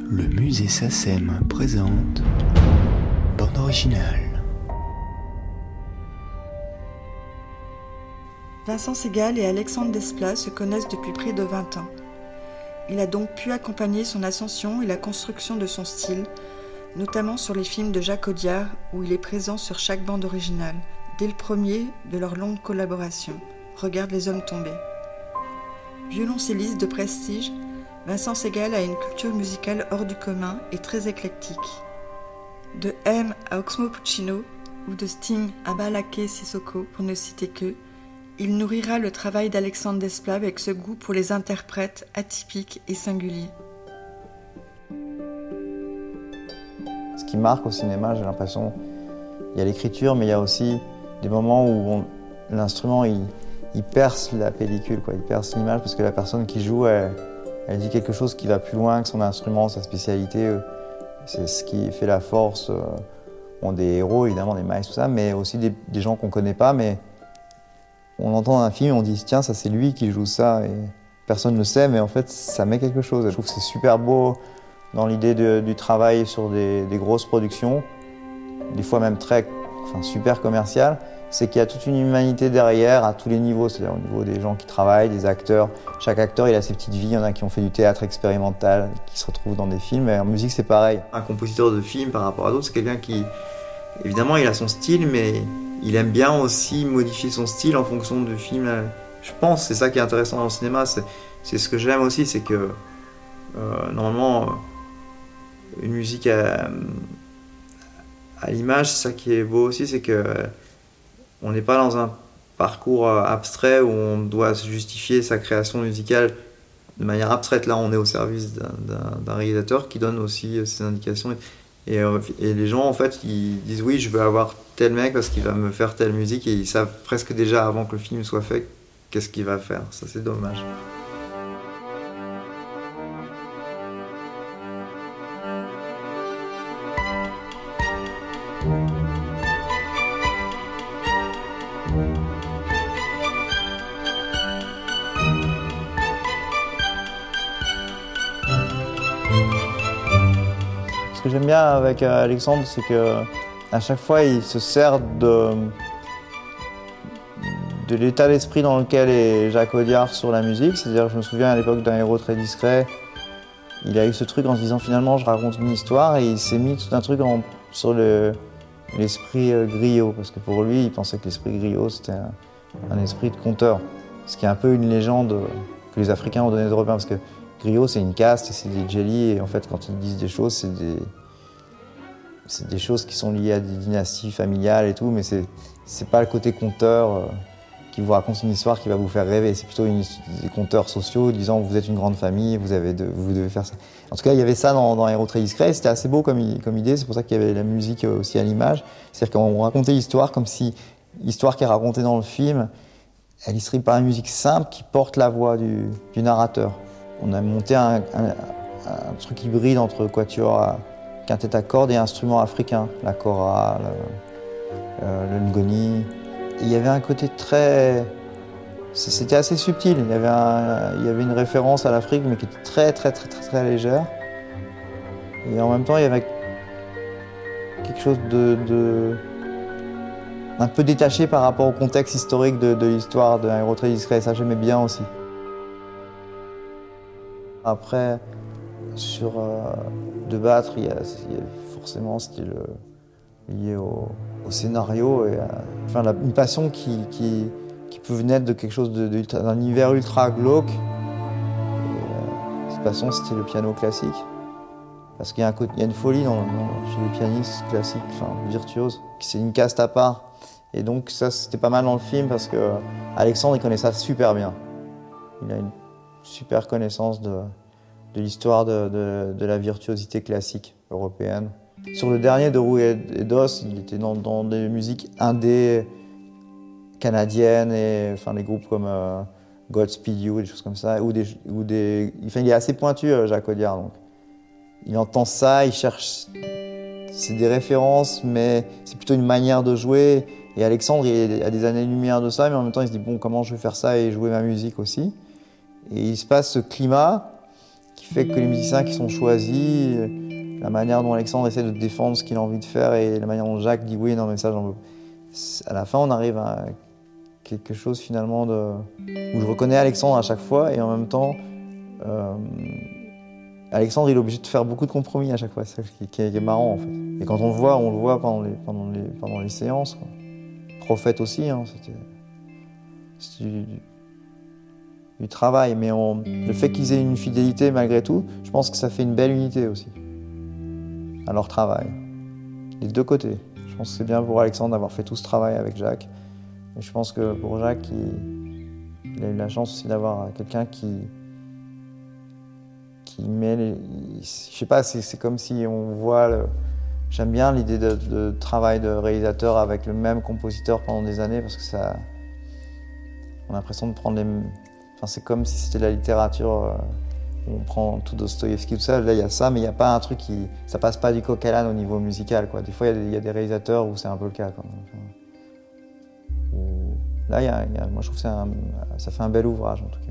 Le musée SACEM présente Bande originale. Vincent Segal et Alexandre Desplat se connaissent depuis près de 20 ans. Il a donc pu accompagner son ascension et la construction de son style, notamment sur les films de Jacques Audiard où il est présent sur chaque bande originale, dès le premier de leur longue collaboration, Regarde les hommes tombés. Violoncelliste de prestige, Vincent Segal a une culture musicale hors du commun et très éclectique. De M à Oxmo Puccino ou de Sting à Balaké Sissoko, pour ne citer que, il nourrira le travail d'Alexandre Desplat avec ce goût pour les interprètes atypiques et singuliers. Ce qui marque au cinéma, j'ai l'impression, il y a l'écriture, mais il y a aussi des moments où l'instrument il perce la pellicule, il perce l'image, parce que la personne qui joue, elle dit quelque chose qui va plus loin que son instrument, sa spécialité. C'est ce qui fait la force des héros, évidemment, des maîtres, tout ça, mais aussi des gens qu'on ne connaît pas, mais on l'entend dans un film et on dit tiens, ça c'est lui qui joue ça, et personne ne le sait, mais en fait ça met quelque chose. Je trouve que c'est super beau dans l'idée du travail sur des grosses productions, des fois même super commerciales, c'est qu'il y a toute une humanité derrière à tous les niveaux, c'est-à-dire au niveau des gens qui travaillent, des acteurs. Chaque acteur il a ses petites vies, il y en a qui ont fait du théâtre expérimental, qui se retrouvent dans des films, et en musique c'est pareil. Un compositeur de film par rapport à d'autres, c'est quelqu'un qui, évidemment il a son style, mais il aime bien aussi modifier son style en fonction du film. Je pense que c'est ça qui est intéressant dans le cinéma, c'est ce que j'aime aussi, c'est que normalement une musique à l'image, c'est ça qui est beau aussi, c'est que on n'est pas dans un parcours abstrait où on doit justifier sa création musicale de manière abstraite. Là, on est au service d'un réalisateur qui donne aussi ses indications. Et les gens, en fait, ils disent oui, je veux avoir tel mec parce qu'il va me faire telle musique, et ils savent presque déjà avant que le film soit fait qu'est-ce qu'il va faire. Ça, c'est dommage. Ce que j'aime bien avec Alexandre, c'est qu'à chaque fois, il se sert de l'état d'esprit dans lequel est Jacques Audiard sur la musique. C'est-à-dire, je me souviens à l'époque d'un héros très discret, il a eu ce truc en se disant finalement, je raconte une histoire, et il s'est mis tout un truc sur l'esprit griot, parce que pour lui, il pensait que l'esprit griot, c'était un esprit de conteur. Ce qui est un peu une légende que les Africains ont donnée aux Européens, parce que griot, c'est une caste, c'est des djellis, et en fait, quand ils disent des choses, c'est des choses qui sont liées à des dynasties familiales et tout, mais c'est pas le côté conteur qui vous raconte une histoire qui va vous faire rêver. C'est plutôt des conteurs sociaux disant vous êtes une grande famille, vous devez faire ça. En tout cas, il y avait ça dans Héros très discret, et c'était assez beau comme idée. C'est pour ça qu'il y avait la musique aussi à l'image. C'est-à-dire qu'on racontait l'histoire comme si l'histoire qui est racontée dans le film, elle illustrait par une musique simple qui porte la voix du narrateur. On a monté un truc hybride entre quatuor, quintette à cordes et instruments africains, la kora, le ngoni. Et il y avait un côté c'était assez subtil. Il y avait une référence à l'Afrique, mais qui était très, très, très, très, très légère. Et en même temps, il y avait quelque chose un peu détaché par rapport au contexte historique de l'histoire d'un héros très discret. Et ça, j'aimais bien aussi. Après, sur De Battre, il y a forcément style lié au scénario, et une passion qui peut naître de quelque chose d'un univers ultra glauque. Et, cette passion, c'était le piano classique, parce qu'il y a une folie chez les pianistes classiques, virtuoses, c'est une caste à part. Et donc ça, c'était pas mal dans le film, parce que Alexandre, il connaît ça super bien. Il a une super connaissance de l'histoire de la virtuosité classique européenne. Sur le dernier de Roux et d'Os, il était dans des musiques indé canadiennes, et les groupes comme Godspeed You, des choses comme ça, il est assez pointu, Jacques Audiard. Donc. Il entend ça, il cherche, c'est des références, mais c'est plutôt une manière de jouer. Et Alexandre, il a des années-lumière de ça, mais en même temps, il se dit bon, comment je vais faire ça et jouer ma musique aussi. Et il se passe ce climat qui fait que les musiciens qui sont choisis, la manière dont Alexandre essaie de défendre ce qu'il a envie de faire et la manière dont Jacques dit oui, non mais ça j'en veux. À la fin, on arrive à quelque chose finalement où je reconnais Alexandre à chaque fois et en même temps, Alexandre il est obligé de faire beaucoup de compromis à chaque fois, c'est ça qui est marrant en fait. Et quand on le voit pendant les séances, quoi. Prophète aussi, hein, c'était du travail, mais le fait qu'ils aient une fidélité malgré tout, je pense que ça fait une belle unité aussi à leur travail, les deux côtés. Je pense que c'est bien pour Alexandre d'avoir fait tout ce travail avec Jacques, et je pense que pour Jacques, il a eu la chance aussi d'avoir quelqu'un qui met je sais pas, c'est comme si on voit j'aime bien l'idée de travail de réalisateur avec le même compositeur pendant des années, parce que ça, on a l'impression de prendre enfin, c'est comme si c'était de la littérature, où on prend tout Dostoïevski, tout ça. Là, il y a ça, mais il n'y a pas un truc ça passe pas du coq à l'âne au niveau musical, quoi. Des fois, il y a des réalisateurs où c'est un peu le cas, quoi. Là, moi, je trouve que ça fait un bel ouvrage, en tout cas.